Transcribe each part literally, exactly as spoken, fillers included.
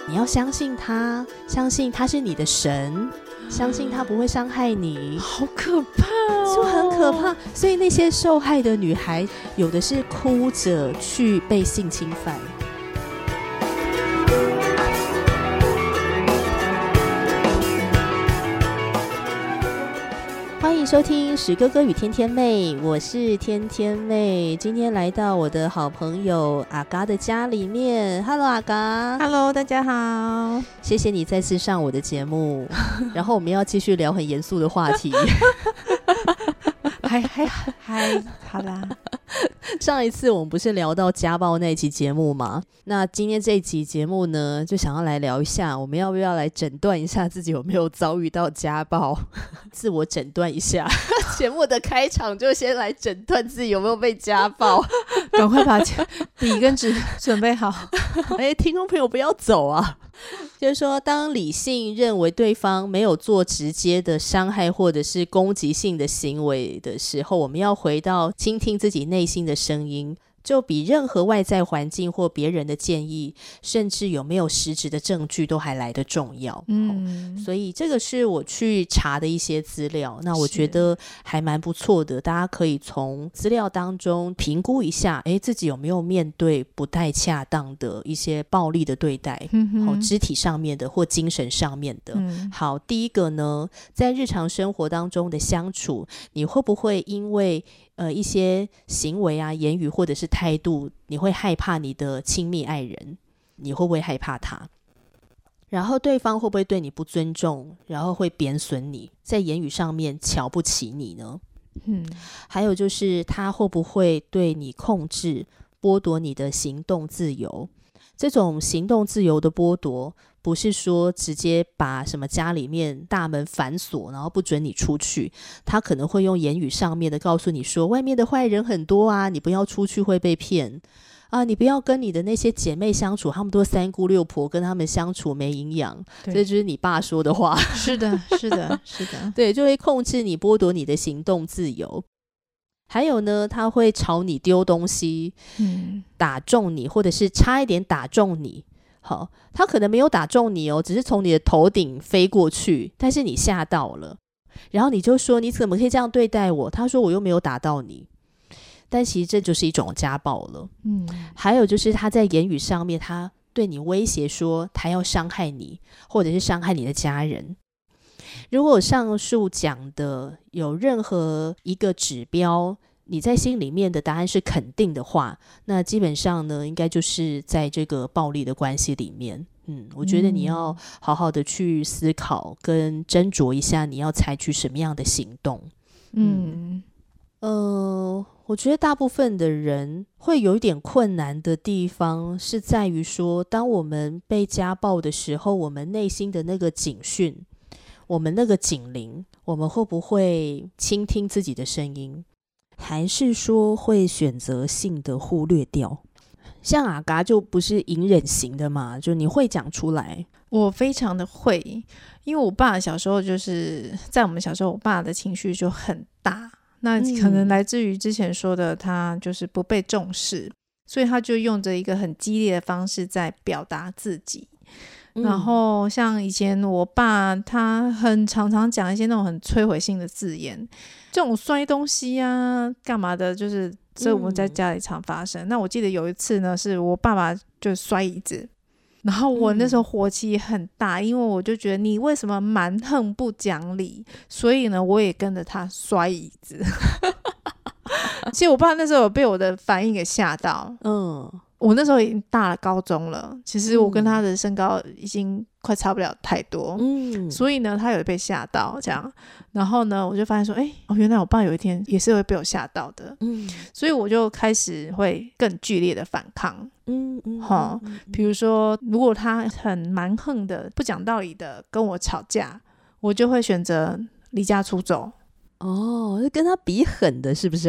你要相信他，相信他是你的神，相信他不会伤害你。 好可怕哦， 就很可怕。所以那些受害的女孩有的是哭着去被性侵犯。欢迎收听史哥哥与天天妹，我是天天妹。今天来到我的好朋友阿嘎的家里面。 Hello 阿嘎。 Hello 大家好， 谢谢你再次上我的节目然后我们要继续聊很严肃的话题还还还好啦。 上一次我们不是聊到家暴那一期节目吗？那今天这一期节目呢，就想要来聊一下，我们要不要来诊断一下自己有没有遭遇到家暴自我诊断一下节目的开场就先来诊断自己有没有被家暴赶快把笔跟纸准备好哎，听众朋友不要走啊就是说，当理性认为对方没有做直接的伤害或者是攻击性的行为的时候，我们要回到倾听自己内心的声音，就比任何外在环境或别人的建议，甚至有没有实质的证据都还来得重要。嗯，所以这个是我去查的一些资料，那我觉得还蛮不错的，大家可以从资料当中评估一下，诶，自己有没有面对不太恰当的一些暴力的对待，嗯哦、肢体上面的或精神上面的。嗯、好，第一个呢，在日常生活当中的相处，你会不会因为呃，一些行为啊、言语或者是态度，你会害怕你的亲密爱人？你会不会害怕他？然后对方会不会对你不尊重，然后会贬损你，在言语上面瞧不起你呢？嗯，还有就是他会不会对你控制、剥夺你的行动自由？这种行动自由的剥夺，不是说直接把什么家里面大门反锁，然后不准你出去，他可能会用言语上面的告诉你说，外面的坏人很多啊，你不要出去会被骗啊，你不要跟你的那些姐妹相处，他们都三姑六婆，跟他们相处没营养，这就是你爸说的话。 是的是的是的对，就会控制你，剥夺你的行动自由。还有呢，他会朝你丢东西、嗯、打中你，或者是差一点打中你。好，他可能没有打中你哦，只是从你的头顶飞过去，但是你吓到了，然后你就说你怎么可以这样对待我？他说我又没有打到你，但其实这就是一种家暴了。嗯，还有就是他在言语上面，他对你威胁说他要伤害你，或者是伤害你的家人。如果上述讲的有任何一个指标你在心里面的答案是肯定的话，那基本上呢，应该就是在这个暴力的关系里面。嗯，我觉得你要好好的去思考跟斟酌一下你要采取什么样的行动。嗯，呃，我觉得大部分的人会有一点困难的地方是在于说，当我们被家暴的时候，我们内心的那个警讯，我们那个警铃，我们会不会倾听自己的声音，还是说会选择性的忽略掉？像阿嘎就不是隐忍型的嘛，就你会讲出来。 我非常的会，因为我爸小时候就是在我们小时候，我爸的情绪就很大，那可能来自于之前说的他就是不被重视，所以他就用着一个很激烈的方式在表达自己。然后像以前我爸他很常常讲一些那种很摧毁性的字眼，这种摔东西啊干嘛的，就是这我们在家里常发生、嗯、那我记得有一次呢，是我爸爸就摔椅子，然后我那时候火气很大、嗯、因为我就觉得你为什么蛮横不讲理，所以呢我也跟着他摔椅子其实我爸那时候有被我的反应给吓到。嗯，我那时候已经大了高中了，其实我跟他的身高已经快差不了太多，嗯，所以呢他有被吓到这样，然后呢我就发现说哎、哦，原来我爸有一天也是会被我吓到的，嗯，所以我就开始会更剧烈的反抗。嗯嗯，齁，比如说如果他很蛮横的不讲道理的跟我吵架，我就会选择离家出走。 哦，是跟他比狠的是不是啊？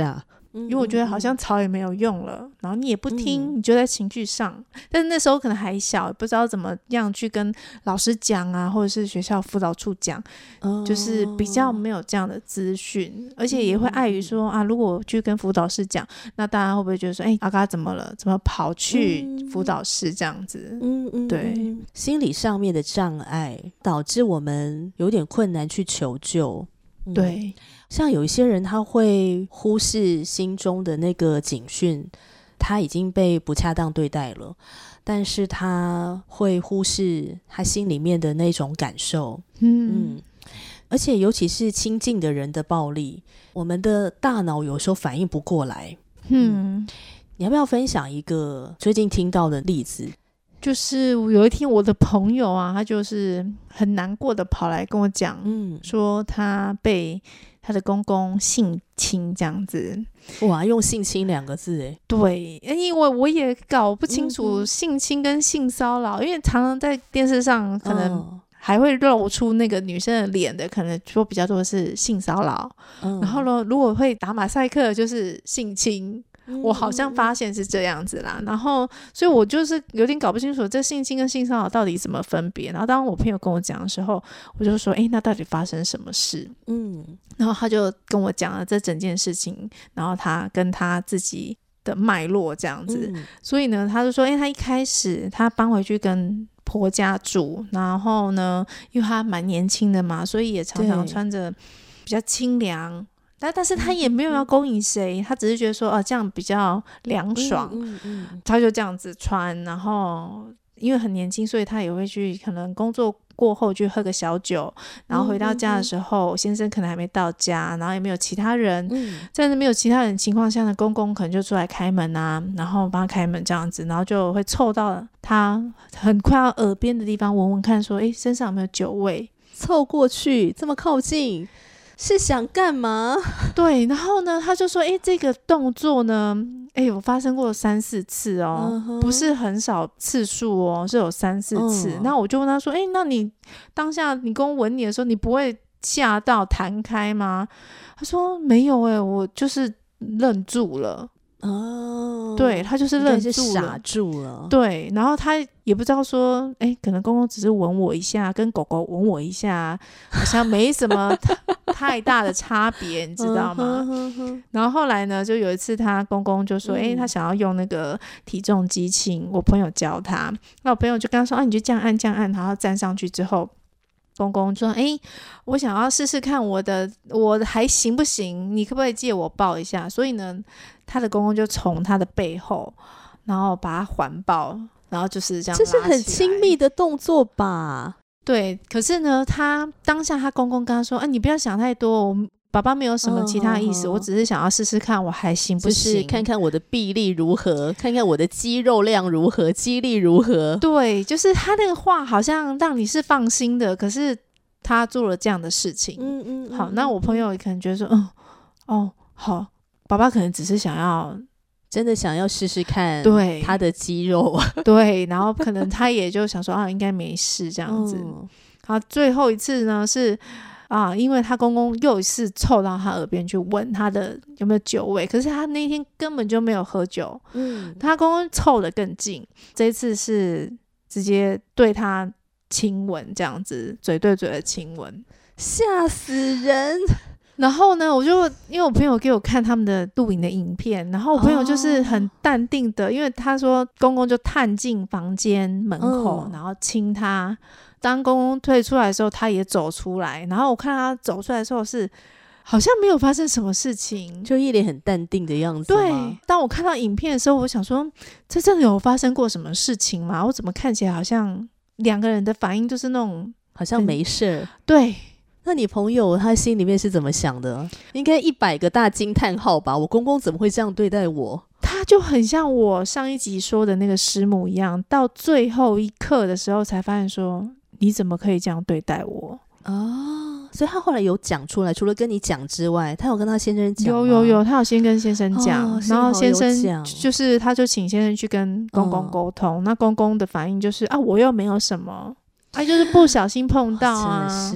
因为我觉得好像吵也没有用了，然后你也不听， 嗯、 你就在情绪上。但是那时候可能还小，不知道怎么样去跟老师讲啊，或者是学校辅导处讲、哦、就是比较没有这样的资讯，而且也会碍于说、嗯、啊，如果我去跟辅导室讲，那大家会不会觉得说哎，阿嘎怎么了，怎么跑去辅导室这样子。 嗯嗯， 对， 心理上面的障碍导致我们有点困难去求救。嗯、 对， 像有一些人他会忽视心中的那个警讯，他已经被不恰当对待了，但是他会忽视他心里面的那种感受。 嗯, 嗯而且尤其是亲近的人的暴力，我们的大脑有时候反应不过来。 嗯, 嗯你要不要分享一个最近听到的例子？ 就是有一天我的朋友啊，他就是很难过的跑来跟我讲、嗯、说他被他的公公性侵这样子。 哇，用性侵两个字耶。 对，因为我也搞不清楚性侵跟性骚扰、嗯、因为常常在电视上可能还会露出那个女生的脸的，可能说比较多的是性骚扰、嗯、然后呢如果会打马赛克就是性侵，我好像发现是这样子啦，然后所以我就是有点搞不清楚这性侵跟性骚扰到底怎么分别。然后当我朋友跟我讲的时候，我就说哎，那到底发生什么事？嗯，然后他就跟我讲了这整件事情，然后他跟他自己的脉络这样子、嗯、所以呢他就说哎，他一开始他搬回去跟婆家住，然后呢因为他蛮年轻的嘛，所以也常常穿着比较清凉，但但是他也没有要勾引谁、嗯、他只是觉得说、啊、这样比较凉爽、嗯嗯嗯、他就这样子穿，然后因为很年轻，所以他也会去可能工作过后去喝个小酒，然后回到家的时候、嗯嗯嗯、先生可能还没到家，然后也没有其他人、嗯、在那没有其他人情况下呢，公公可能就出来开门啊，然后帮他开门这样子，然后就会凑到他很快要耳边的地方闻闻看说诶，身上有没有酒味， 凑过去这么靠近是想干嘛？ 对，然后呢他就说诶，这个动作呢诶，我发生过三四次哦、uh-huh. 不是很少次数哦，是有三四次、uh-huh. 那我就问他说诶，那你当下你公吻你的时候你不会吓到弹开吗？他说没有诶，我就是愣住了。哦、oh, 对，他就是愣住了， 是傻住了。 对，然后他也不知道说哎，可能公公只是吻我一下，跟狗狗吻我一下好像没什么太大的差别你知道吗？然后后来呢就有一次他公公就说哎、嗯，他想要用那个体重机器，我朋友教他，那我朋友就跟他说啊，你就这样按这样按，然后站上去之后公公说哎，我想要试试看我的我还行不行，你可不可以借我抱一下？所以呢他的公公就从他的背后然后把他环抱，然后就是这样拉起来。这是很亲密的动作吧？ 对，可是呢他当下他公公跟他说啊，你不要想太多，我爸爸没有什么其他意思、哦、我只是想要试试看我还行不行， 就是看看我的臂力如何，看看我的肌肉量如何，肌力如何。 对，就是他那个话好像让你是放心的，可是他做了这样的事情。嗯嗯, 嗯好，那我朋友可能觉得说嗯哦好，爸爸可能只是想要真的想要试试看对他的肌肉， 对，然后可能他也就想说啊应该没事这样子、嗯、好，最后一次呢是啊，因为他公公又是凑到他耳边去问他的有没有酒味，可是他那天根本就没有喝酒，嗯，他公公凑得更近，这一次是直接对他亲吻这样子，嘴对嘴的亲吻， 吓死人。 然后呢我就因为我朋友给我看他们的录影的影片，然后我朋友就是很淡定的、哦、因为他说公公就探进房间门口、嗯、然后亲他，当公公退出来的时候他也走出来，然后我看他走出来的时候是好像没有发生什么事情， 就一脸很淡定的样子吗？ 对，当我看到影片的时候我想说这真的有发生过什么事情吗？我怎么看起来好像两个人的反应就是那种好像没事。 对， 那你朋友他心里面是怎么想的？应该一百个大惊叹号吧，我公公怎么会这样对待我？ 他就很像我上一集说的那个师母一样，到最后一刻的时候才发现说你怎么可以这样对待我？ 哦，所以他后来有讲出来，除了跟你讲之外他有跟他先生讲吗？ 有有有，他有先跟先生讲、哦、然后先生就是他就请先生去跟公公沟通、嗯、那公公的反应就是啊我又没有什么啊，就是不小心碰到啊， 真的是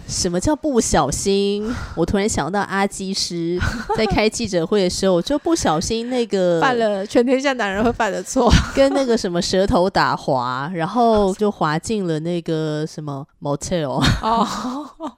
什么叫不小心？我突然想到阿基师在开记者会的时候，就不小心那个犯了全天下男人会犯的错， 跟那个什么舌头打滑，然后就滑进了那个什么 motel 哦，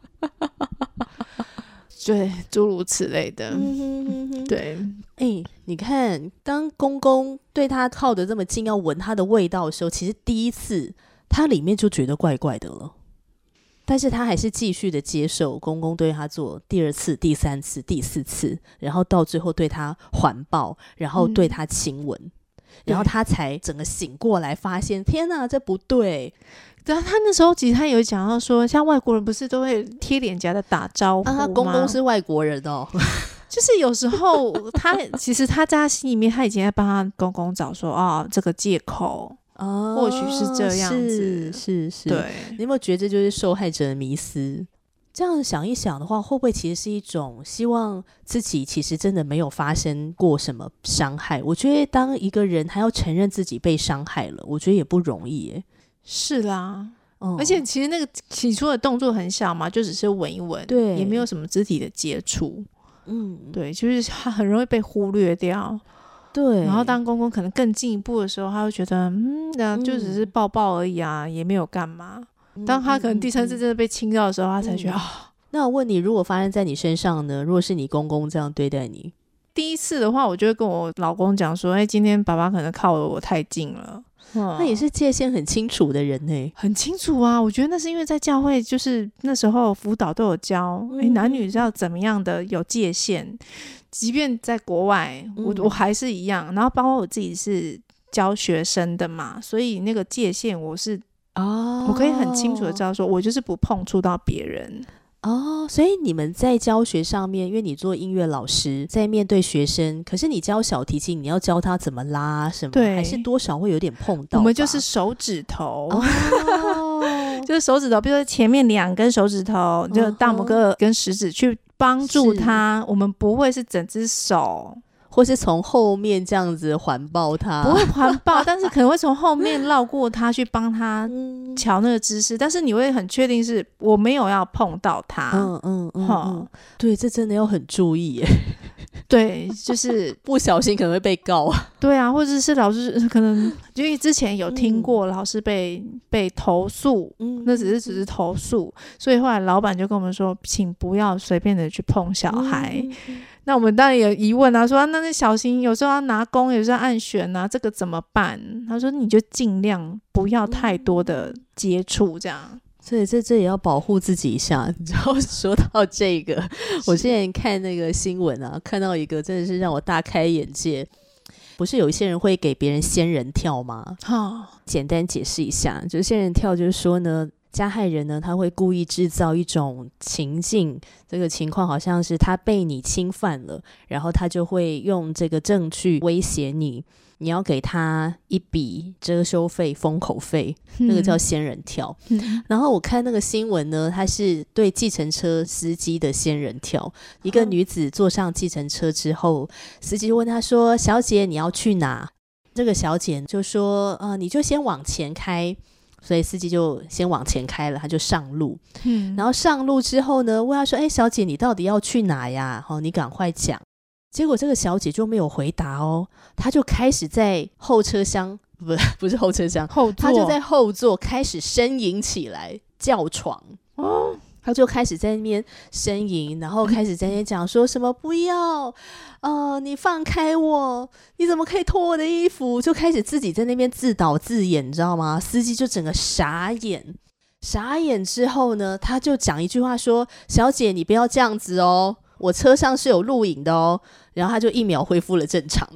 对，诸如此类的。 嗯、 对， 哎、欸，你看，当公公对他靠得这么近，要闻他的味道的时候，其实第一次他里面就觉得怪怪的了。但是他还是继续的接受公公对他做第二次、第三次、第四次，然后到最后对他环抱，然后对他亲吻、嗯、然后他才整个醒过来，发现天哪，这不对。 对啊，他那时候其实他有讲到说，像外国人不是都会贴脸颊的打招呼吗？ 啊，他公公是外国人哦。 就是有时候他其实他在他心里面，他已经在帮他公公找说，哦，这个借口。哦，或许是这样子， 是是是， 对。 你有没有觉得这就是受害者的迷思？这样想一想的话，会不会其实是一种希望自己其实真的没有发生过什么伤害？我觉得当一个人还要承认自己被伤害了，我觉得也不容易耶。 是啦， 嗯、 而且其实那个起初的动作很小嘛，就只是闻一闻， 对，也没有什么肢体的接触， 嗯， 对，就是他很容易被忽略掉。 对， 然后当公公可能更进一步的时候，他会觉得嗯，那就只是抱抱而已啊、嗯、也没有干嘛、嗯、当他可能第三次真的被亲到的时候、嗯、他才觉得、嗯哦、 那我问你，如果发生在你身上呢？如果是你公公这样对待你， 第一次的话我就会跟我老公讲说，哎，今天爸爸可能靠我太近了、 嗯、那也是界限很清楚的人耶。 很清楚啊，我觉得那是因为在教会就是那时候辅导都有教、嗯、男女要怎么样的有界限，即便在国外、嗯、我, 我还是一样，然后包括我自己是教学生的嘛，所以那个界限我是、哦、我可以很清楚的知道说我就是不碰触到别人。 哦，所以你们在教学上面，因为你做音乐老师，在面对学生，可是你教小提琴，你要教他怎么拉什么，对，还是多少会有点碰到吧。 我们就是手指头，哦、就是手指头，比如说前面两根手指头，就大拇哥跟食指去帮助他，我们不会是整只手。 或是从后面这样子环抱他， 不会环抱但是可能会从后面绕过他去帮他瞧那个姿势、嗯、但是你会很确定是我没有要碰到他。 嗯嗯 嗯, 嗯，对，这真的要很注意耶。 对，就是不小心可能会被告啊。 对啊，或者是老师可能因为之前有听过老师被、嗯、被投诉、嗯、那只是只是投诉，所以后来老板就跟我们说，请不要随便的去碰小孩、嗯、那我们当然有疑问啊，说、啊、那那小心有时候要拿弓，有时候要按弦啊，这个怎么办？他说你就尽量不要太多的接触这样。 所以这这也要保护自己一下。你知道说到这个，我之前看那个新闻啊，看到一个真的是让我大开眼界。不是有一些人会给别人仙人跳吗？ 哦、 简单解释一下，就是仙人跳就是说呢，加害人呢他会故意制造一种情境，这个情况好像是他被你侵犯了，然后他就会用这个证据威胁你，你要给他一笔遮羞费、封口费、嗯、那个叫仙人跳、嗯、然后我看那个新闻呢，他是对计程车司机的仙人跳。一个女子坐上计程车之后，司机问她说，小姐你要去哪？这个小姐就说、呃、你就先往前开，所以司机就先往前开了，他就上路、嗯、然后上路之后呢，问她说，哎，小姐你到底要去哪呀、哦、你赶快讲。结果这个小姐就没有回答哦，她就开始在后车厢，不不是后车厢， 后座， 她就在后座开始呻吟起来，叫床哦，她就开始在那边呻吟，然后开始在那边讲说什么不要，呃，你放开我，你怎么可以脱我的衣服？就开始自己在那边自导自演，你知道吗？司机就整个傻眼，傻眼之后呢，他就讲一句话说，小姐你不要这样子哦，我车上是有录影的哦，然后他就一秒恢复了正常。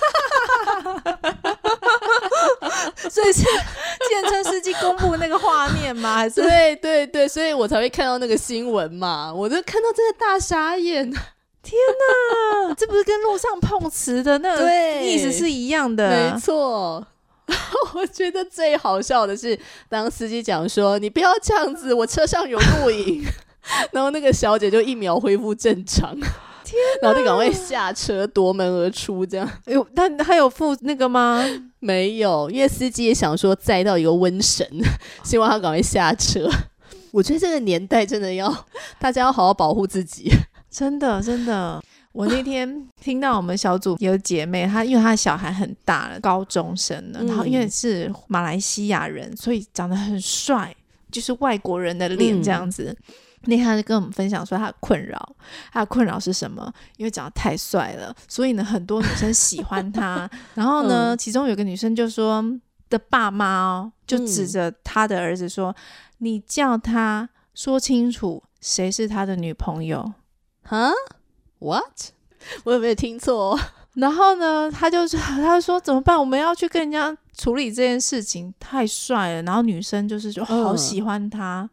所以是计程车司机公布那个画面吗？还是对对对，所以我才会看到那个新闻嘛，我就看到真的大傻眼。 天哪，这不是跟路上碰瓷的那个意思是一样的？ 没错。我觉得最好笑的是，当司机讲说你不要这样子，我车上有录影。然后那个小姐就一秒恢复正常，天，然后就赶快下车夺门而出这样。 有，但他有付那个吗？ 没有，因为司机也想说载到一个瘟神，希望他赶快下车。 我觉得这个年代真的要大家要好好保护自己， 真的真的。我那天听到我们小组有姐妹，她因为她的小孩很大了，高中生了、嗯、然后因为是马来西亚人，所以长得很帅，就是外国人的脸这样子、嗯、那天她就跟我们分享说她的困扰，她的困扰是什么？因为长得太帅了，所以呢很多女生喜欢他然后呢、嗯、其中有个女生就说的爸妈哦，就指着他的儿子说、嗯、你叫他说清楚谁是他的女朋友。 哈What？ 我有没有听错？ 然后呢他就他就说怎么办，我们要去跟人家处理这件事情，太帅了，然后女生就是就好喜欢他、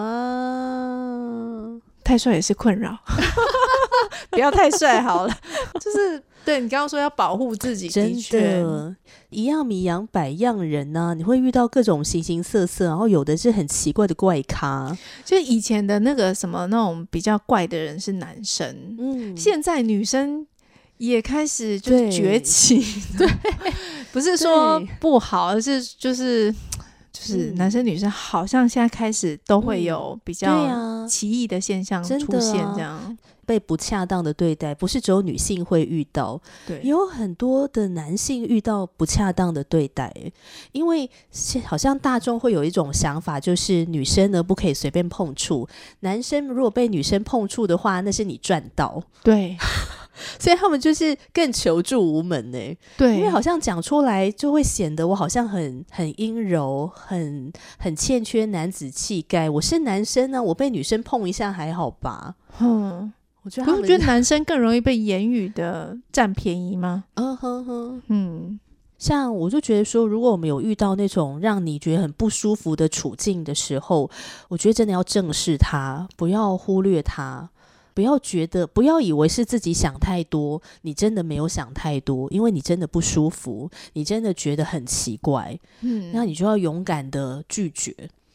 嗯、哇， 太帅也是困扰不要太帅好了就是对你刚刚说要保护自己， 真的一样米养百样人啊，你会遇到各种形形色色，然后有的是很奇怪的怪咖， 就以前的那个什么那种比较怪的人是男生、嗯、现在女生也开始就是崛起，对，不是说不好，而是就是就是男生女生好像现在开始都会有比较奇异的现象出现，这样、嗯被不恰当的对待不是只有女性会遇到，对，也有很多的男性遇到不恰当的对待，因为好像大众会有一种想法，就是女生呢不可以随便碰触，男生如果被女生碰触的话那是你赚到， 对所以他们就是更求助无门耶，对，因为好像讲出来就会显得我好像很很阴柔，很很欠缺男子气概，我是男生呢，我被女生碰一下还好吧，嗯， 我觉得他们觉得男生更容易被言语的占便宜吗？ 嗯哼哼，嗯，像我就觉得说，如果我们有遇到那种让你觉得很不舒服的处境的时候，我觉得真的要正视它，不要忽略它，不要觉得不要以为是自己想太多，你真的没有想太多，因为你真的不舒服，你真的觉得很奇怪，嗯，那你就要勇敢的拒绝。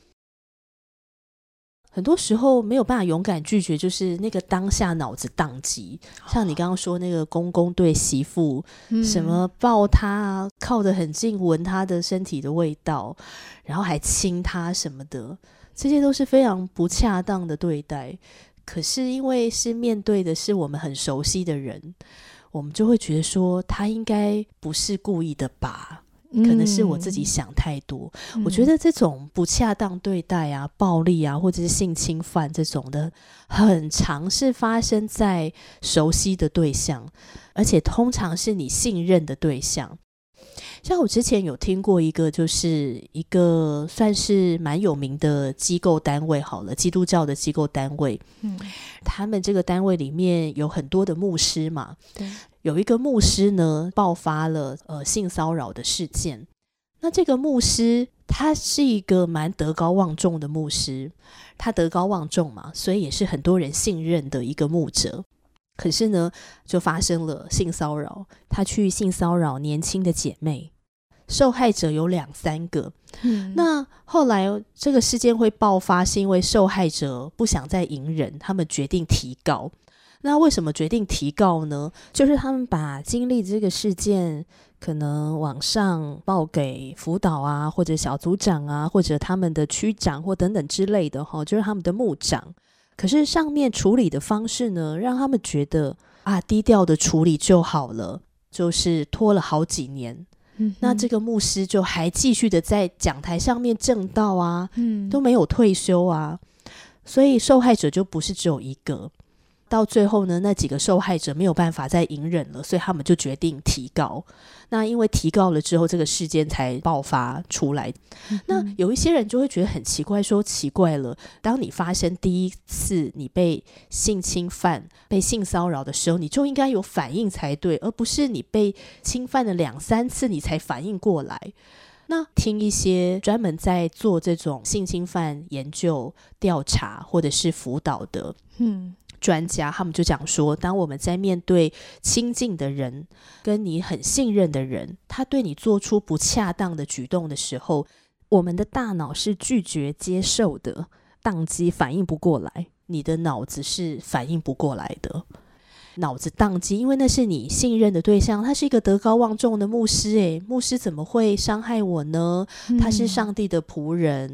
很多时候没有办法勇敢拒绝，就是那个当下脑子宕机，像你刚刚说那个公公对媳妇、嗯、什么抱他啊，靠得很近闻他的身体的味道，然后还亲他什么的，这些都是非常不恰当的对待，可是因为是面对的是我们很熟悉的人，我们就会觉得说他应该不是故意的吧，可能是我自己想太多、嗯、我觉得这种不恰当对待啊、暴力啊或者是性侵犯这种的很常是发生在熟悉的对象，而且通常是你信任的对象。像我之前有听过一个，就是一个算是蛮有名的机构单位好了，基督教的机构单位、嗯、他们这个单位里面有很多的牧师嘛，对，有一个牧师呢爆发了呃性骚扰的事件。那这个牧师他是一个蛮德高望重的牧师，他德高望重嘛，所以也是很多人信任的一个牧者。可是呢就发生了性骚扰，他去性骚扰年轻的姐妹，受害者有两三个、嗯、那后来这个事件会爆发是因为受害者不想再隐忍，他们决定提告。那为什么决定提告呢？就是他们把经历这个事件可能往上报给辅导啊，或者小组长啊，或者他们的区长或等等之类的，就是他们的牧长，可是上面处理的方式呢让他们觉得啊低调的处理就好了，就是拖了好几年、嗯、那这个牧师就还继续的在讲台上面证道啊、嗯、都没有退休啊，所以受害者就不是只有一个。到最后呢，那几个受害者没有办法再隐忍了，所以他们就决定提告。那因为提告了之后，这个事件才爆发出来、嗯、那有一些人就会觉得很奇怪，说奇怪了，当你发生第一次你被性侵犯、被性骚扰的时候，你就应该有反应才对，而不是你被侵犯了两三次你才反应过来。那听一些专门在做这种性侵犯研究调查或者是辅导的嗯专家，他们就讲说，当我们在面对亲近的人跟你很信任的人，他对你做出不恰当的举动的时候，我们的大脑是拒绝接受的，宕机反应不过来，你的脑子是反应不过来的，脑子宕机，因为那是你信任的对象，他是一个德高望重的牧师，诶，牧师怎么会伤害我呢？他是上帝的仆人、嗯、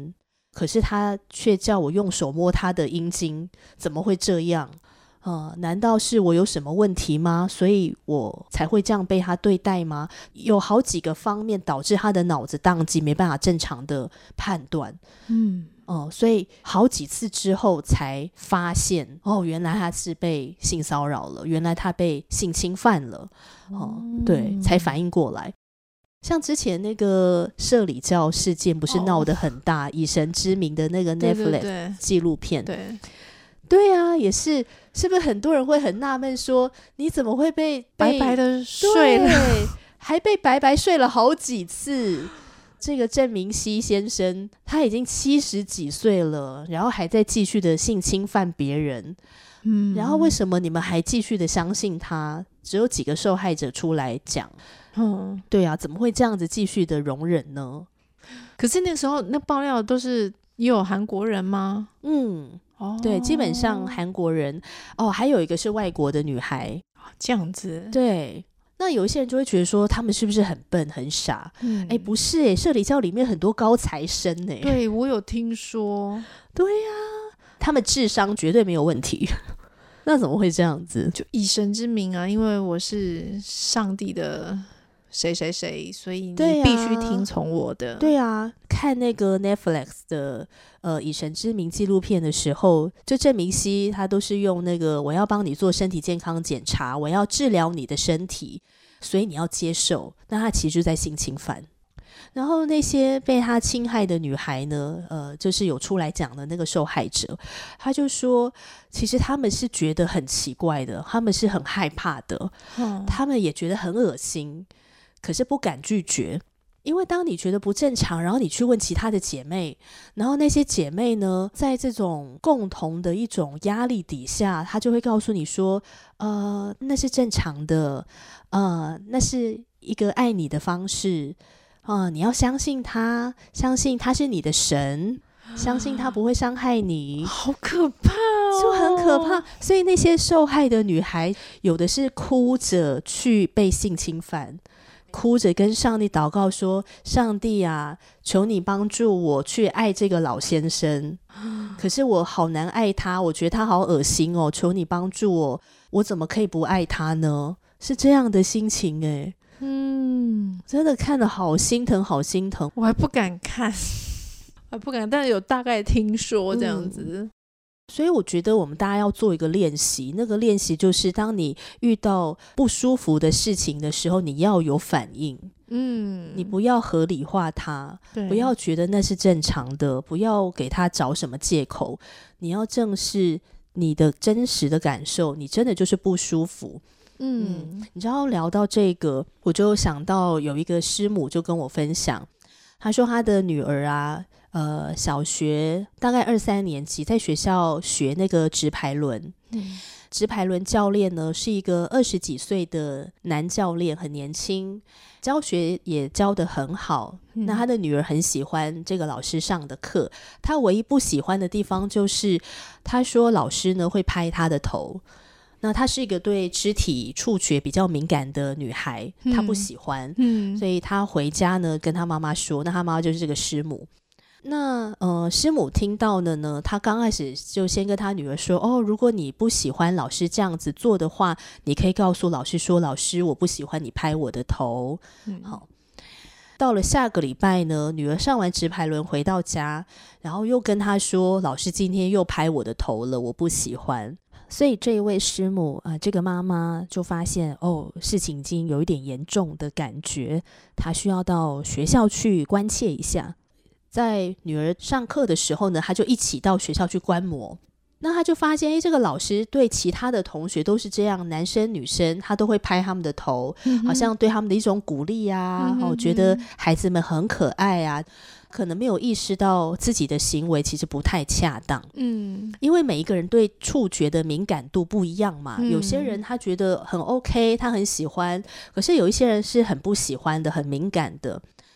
可是他却叫我用手摸他的阴茎，怎么会这样？呃，难道是我有什么问题吗？所以我才会这样被他对待吗？有好几个方面导致他的脑子宕机，没办法正常的判断。 嗯哦、呃，所以好几次之后才发现，哦，原来他是被性骚扰了，原来他被性侵犯了。哦、呃，对，才反应过来。像之前那个社里教事件不是闹得很大，哦、以神之名的那个 Netflix 纪录片， 对对对对啊，也是，是不是很多人会很纳闷说，你怎么会被白白的睡了， 还被白白睡了好几次？这个郑明熙先生他已经七十几岁了，然后还在继续的性侵犯别人，嗯，然后为什么你们还继续的相信他？只有几个受害者出来讲，嗯，对啊，怎么会这样子继续的容忍呢？ 可是那时候那爆料都是也有韩国人吗？ 嗯。哦、对，基本上韩国人哦，还有一个是外国的女孩， 这样子。 对，那有一些人就会觉得说他们是不是很笨很傻？嗯，哎，不是哎，社里教里面很多高材生哎， 对我有听说。 对呀、啊，他们智商绝对没有问题。那怎么会这样子？ 就以神之名啊，因为我是上帝的谁谁谁，所以你必须听从我的。 对啊，看那个 Netflix 的呃以神之名纪录片的时候，就郑明熙他都是用那个我要帮你做身体健康检查，我要治疗你的身体，所以你要接受。那他其实就在性侵犯。然后那些被他侵害的女孩呢，呃，就是有出来讲的那个受害者，他就说，其实他们是觉得很奇怪的，他们是很害怕的，嗯、他们也觉得很恶心。可是不敢拒绝，因为当你觉得不正常，然后你去问其他的姐妹，然后那些姐妹呢，在这种共同的一种压力底下，她就会告诉你说，呃，那是正常的，呃，那是一个爱你的方式，呃，你要相信他，相信他是你的神，相信他不会伤害你。 好可怕哦， 就很可怕。所以那些受害的女孩，有的是哭着去被性侵犯，哭着跟上帝祷告说，上帝啊，求你帮助我去爱这个老先生，可是我好难爱他，我觉得他好恶心哦，求你帮助我，我怎么可以不爱他呢？是这样的心情耶。嗯，真的看得好心疼好心疼。 我还不敢看，我还不敢，但是有大概听说这样子、嗯， 所以我觉得我们大家要做一个练习，那个练习就是当你遇到不舒服的事情的时候，你要有反应。嗯，你不要合理化它，不要觉得那是正常的，不要给他找什么借口，你要正视你的真实的感受，你真的就是不舒服。嗯, 嗯，你知道聊到这个，我就想到有一个师母就跟我分享，她说她的女儿啊，呃，小学大概二三年级，在学校学那个直排轮。嗯，直排轮教练呢是一个二十几岁的男教练，很年轻，教学也教得很好。嗯、那他的女儿很喜欢这个老师上的课，他唯一不喜欢的地方就是他说老师呢会拍他的头。那她是一个对肢体触觉比较敏感的女孩，她不喜欢、嗯、所以她回家呢跟她妈妈说，那她妈妈就是这个师母。那呃，师母听到了呢，她刚开始就先跟她女儿说，哦，如果你不喜欢老师这样子做的话，你可以告诉老师说，老师我不喜欢你拍我的头、嗯、好。到了下个礼拜呢，女儿上完直排轮回到家，然后又跟她说，老师今天又拍我的头了，我不喜欢。所以这一位师母啊、呃，这个妈妈就发现哦，事情已经有一点严重的感觉，她需要到学校去关切一下。在女儿上课的时候呢，她就一起到学校去观摩。那她就发现，哎，这个老师对其他的同学都是这样，男生女生他都会拍他们的头，嗯、好像对他们的一种鼓励啊，嗯、哦，觉得孩子们很可爱啊。可能没有意识到自己的行为其实不太恰当，嗯，因为每一个人对触觉的敏感度不一样嘛、嗯、有些人他觉得很 OK， 他很喜欢，可是有一些人是很不喜欢的，很敏感的。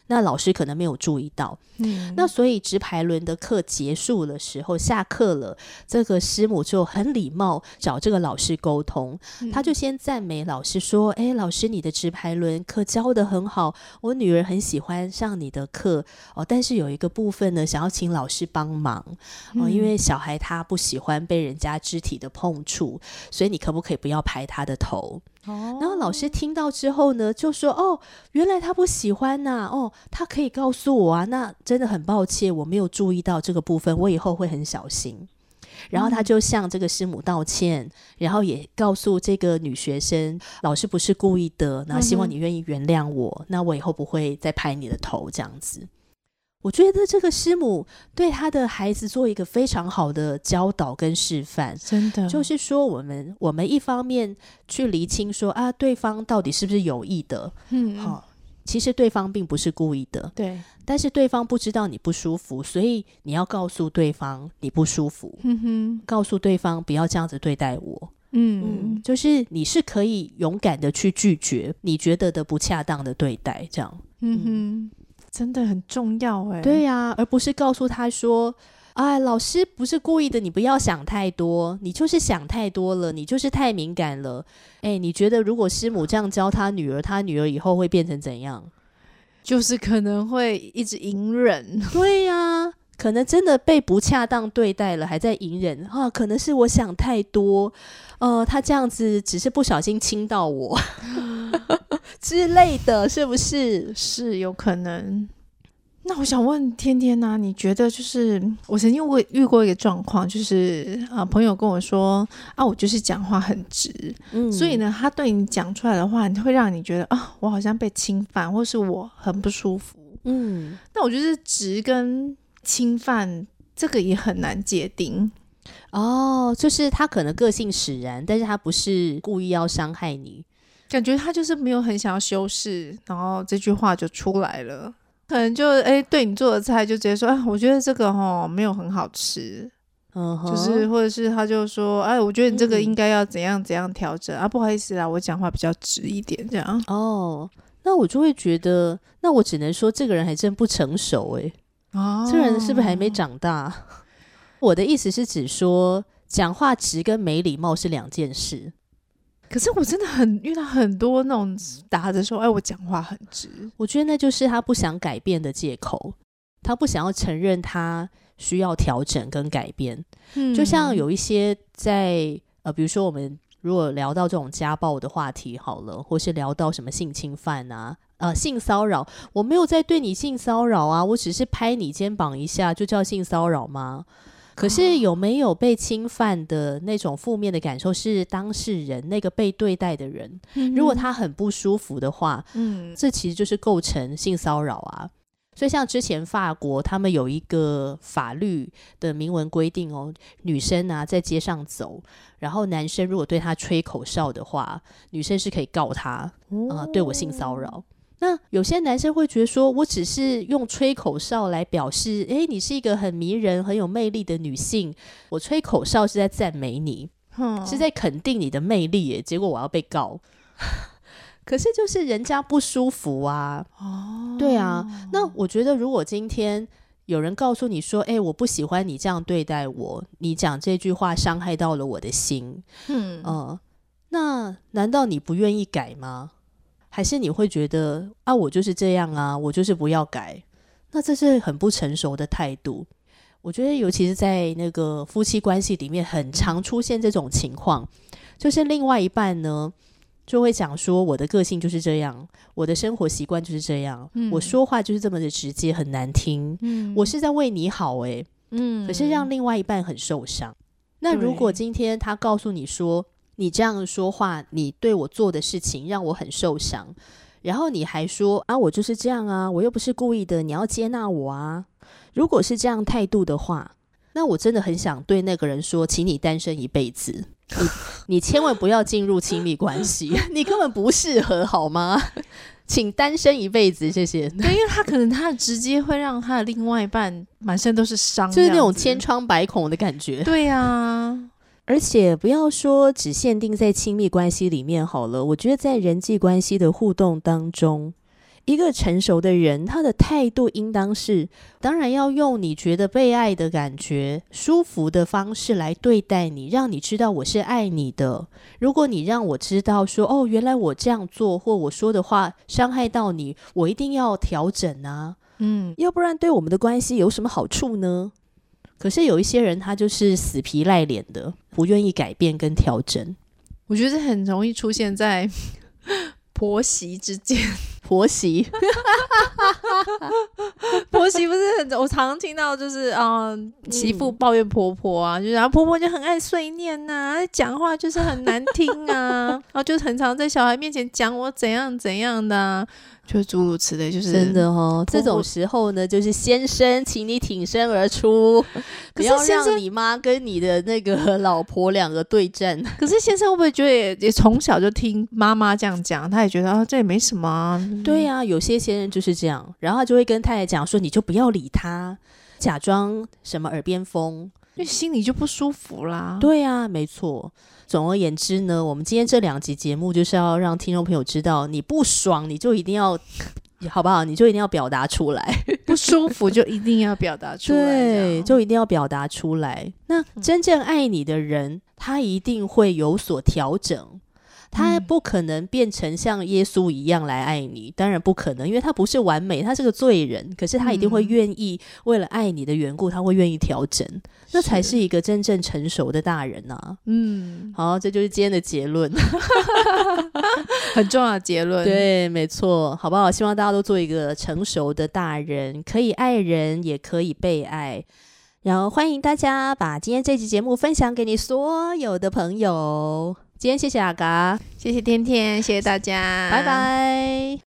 那老师可能没有注意到。嗯，那所以直排轮的课结束的时候，下课了，这个师母就很礼貌找这个老师沟通，嗯、他就先赞美老师说，哎，老师你的直排轮课教得很好，我女儿很喜欢上你的课哦，但是有一个部分呢想要请老师帮忙、嗯哦、因为小孩他不喜欢被人家肢体的碰触，所以你可不可以不要拍他的头。哦、然后老师听到之后呢就说，哦，原来他不喜欢呐、啊，哦，他可以告诉我啊，那真的很抱歉我没有注意到这个部分，我以后会很小心。然后他就向这个师母道歉、嗯、然后也告诉这个女学生，老师不是故意的，然后希望你愿意原谅我、嗯、那我以后不会再拍你的头这样子。我觉得这个师母对他的孩子做一个非常好的教导跟示范， 真的就是说我们我们一方面去厘清说啊，对方到底是不是有意的，嗯，好，其实对方并不是故意的， 对， 但是对方不知道你不舒服，所以你要告诉对方你不舒服，嗯哼，告诉对方不要这样子对待我，嗯, 嗯，就是你是可以勇敢的去拒绝你觉得的不恰当的对待，这样， 嗯哼。嗯，真的很重要哎， 对呀、啊，而不是告诉他说，哎，老师不是故意的，你不要想太多，你就是想太多了，你就是太敏感了。哎，你觉得如果师母这样教他女儿，他女儿以后会变成怎样？ 就是可能会一直隐忍。 对呀、啊，可能真的被不恰当对待了，还在隐忍啊，可能是我想太多，呃，他这样子只是不小心亲到我。之类的，是不是？ 是有可能。那我想问天天啊，你觉得就是我曾经遇过一个状况，就是啊、呃，朋友跟我说啊，我就是讲话很直、嗯，所以呢，他对你讲出来的话，会让你觉得啊，我好像被侵犯，或是我很不舒服。嗯，那我觉得直跟侵犯这个也很难界定。 哦，就是他可能个性使然，但是他不是故意要伤害你。 感觉他就是没有很想要修饰，然后这句话就出来了，可能就哎对你做的菜就直接说，哎，我觉得这个齁没有很好吃，嗯，就是或者是他就说，哎，我觉得你这个应该要怎样怎样调整、嗯、啊，不好意思啦，我讲话比较直一点这样。 哦，那我就会觉得，那我只能说这个人还真不成熟哎，哦，这个人是不是还没长大？我的意思是指说，讲话直跟没礼貌是两件事。 可是我真的很遇到很多那种打着说，哎，我讲话很直， 我觉得那就是他不想改变的借口，他不想要承认他需要调整跟改变。嗯，就像有一些在呃，比如说我们如果聊到这种家暴的话题好了，或是聊到什么性侵犯啊，呃，性骚扰，我没有在对你性骚扰啊，我只是拍你肩膀一下，就叫性骚扰吗？可是有没有被侵犯的那种负面的感受是当事人那个被对待的人、嗯、如果他很不舒服的话、嗯、这其实就是构成性骚扰啊。所以像之前法国他们有一个法律的明文规定哦，女生啊在街上走，然后男生如果对她吹口哨的话，女生是可以告他、哦呃、对我性骚扰。那有些男生会觉得说，我只是用吹口哨来表示，诶，你是一个很迷人很有魅力的女性，我吹口哨是在赞美你、嗯、是在肯定你的魅力耶，结果我要被告。可是就是人家不舒服啊、哦、对啊。那我觉得如果今天有人告诉你说，诶，我不喜欢你这样对待我，你讲这句话伤害到了我的心，嗯、呃、那难道你不愿意改吗？还是你会觉得啊，我就是这样啊，我就是不要改？那这是很不成熟的态度。我觉得尤其是在那个夫妻关系里面很常出现这种情况，就是另外一半呢就会讲说，我的个性就是这样，我的生活习惯就是这样、嗯、我说话就是这么的直接很难听、嗯、我是在为你好耶、嗯、可是让另外一半很受伤。那如果今天他告诉你说，你这样说话，你对我做的事情让我很受伤，然后你还说啊，我就是这样啊，我又不是故意的，你要接纳我啊。如果是这样态度的话，那我真的很想对那个人说，请你单身一辈子，你, 你千万不要进入亲密关系，你根本不适合好吗？请单身一辈子，谢谢。 对，因为他可能他直接会让他的另外一半满身都是伤， 就是那种千疮百孔的感觉。 对啊， 而且不要说只限定在亲密关系里面好了，我觉得在人际关系的互动当中， 一个成熟的人，他的态度应当是，当然要用你觉得被爱的感觉、舒服的方式来对待你，让你知道我是爱你的。如果你让我知道说，哦，原来我这样做或我说的话伤害到你，我一定要调整啊， 嗯， 要不然对我们的关系有什么好处呢？可是有一些人他就是死皮赖脸的，不愿意改变跟调整。 我觉得很容易出现在婆媳之间。 婆媳婆媳不是很，我常常听到就是啊、呃，媳妇抱怨婆婆啊，就是啊婆婆就很爱碎念呐、啊，讲话就是很难听啊，然后就很常在小孩面前讲我怎样怎样的、啊，就诸如此类，就是真的哦。这种时候呢，就是先生，请你挺身而出，不要让你妈跟你的那个老婆两个对战。 可是先生会不会觉得也也从小就听妈妈这样讲，他也觉得啊这也没什么啊？ 对啊，有些先生就是这样，然后他就会跟太太讲说，你就不要理他，假装什么耳边风， 因为心里就不舒服啦。 对啊，没错。总而言之呢，我们今天这两集节目就是要让听众朋友知道，你不爽你就一定要好不好，你就一定要表达出来， 不舒服就一定要表达出来， 对，就一定要表达出来。那真正爱你的人，他一定会有所调整，他不可能变成像耶稣一样来爱你，当然不可能，因为他不是完美，他是个罪人，可是他一定会愿意为了爱你的缘故，他会愿意调整，那才是一个真正成熟的大人啊。嗯，好，这就是今天的结论很重要的结论。 对，没错，好不好？希望大家都做一个成熟的大人，可以爱人也可以被爱。然后欢迎大家把今天这期节目分享给你所有的朋友。今天谢谢阿嘎， 谢谢天天，谢谢大家， 拜拜。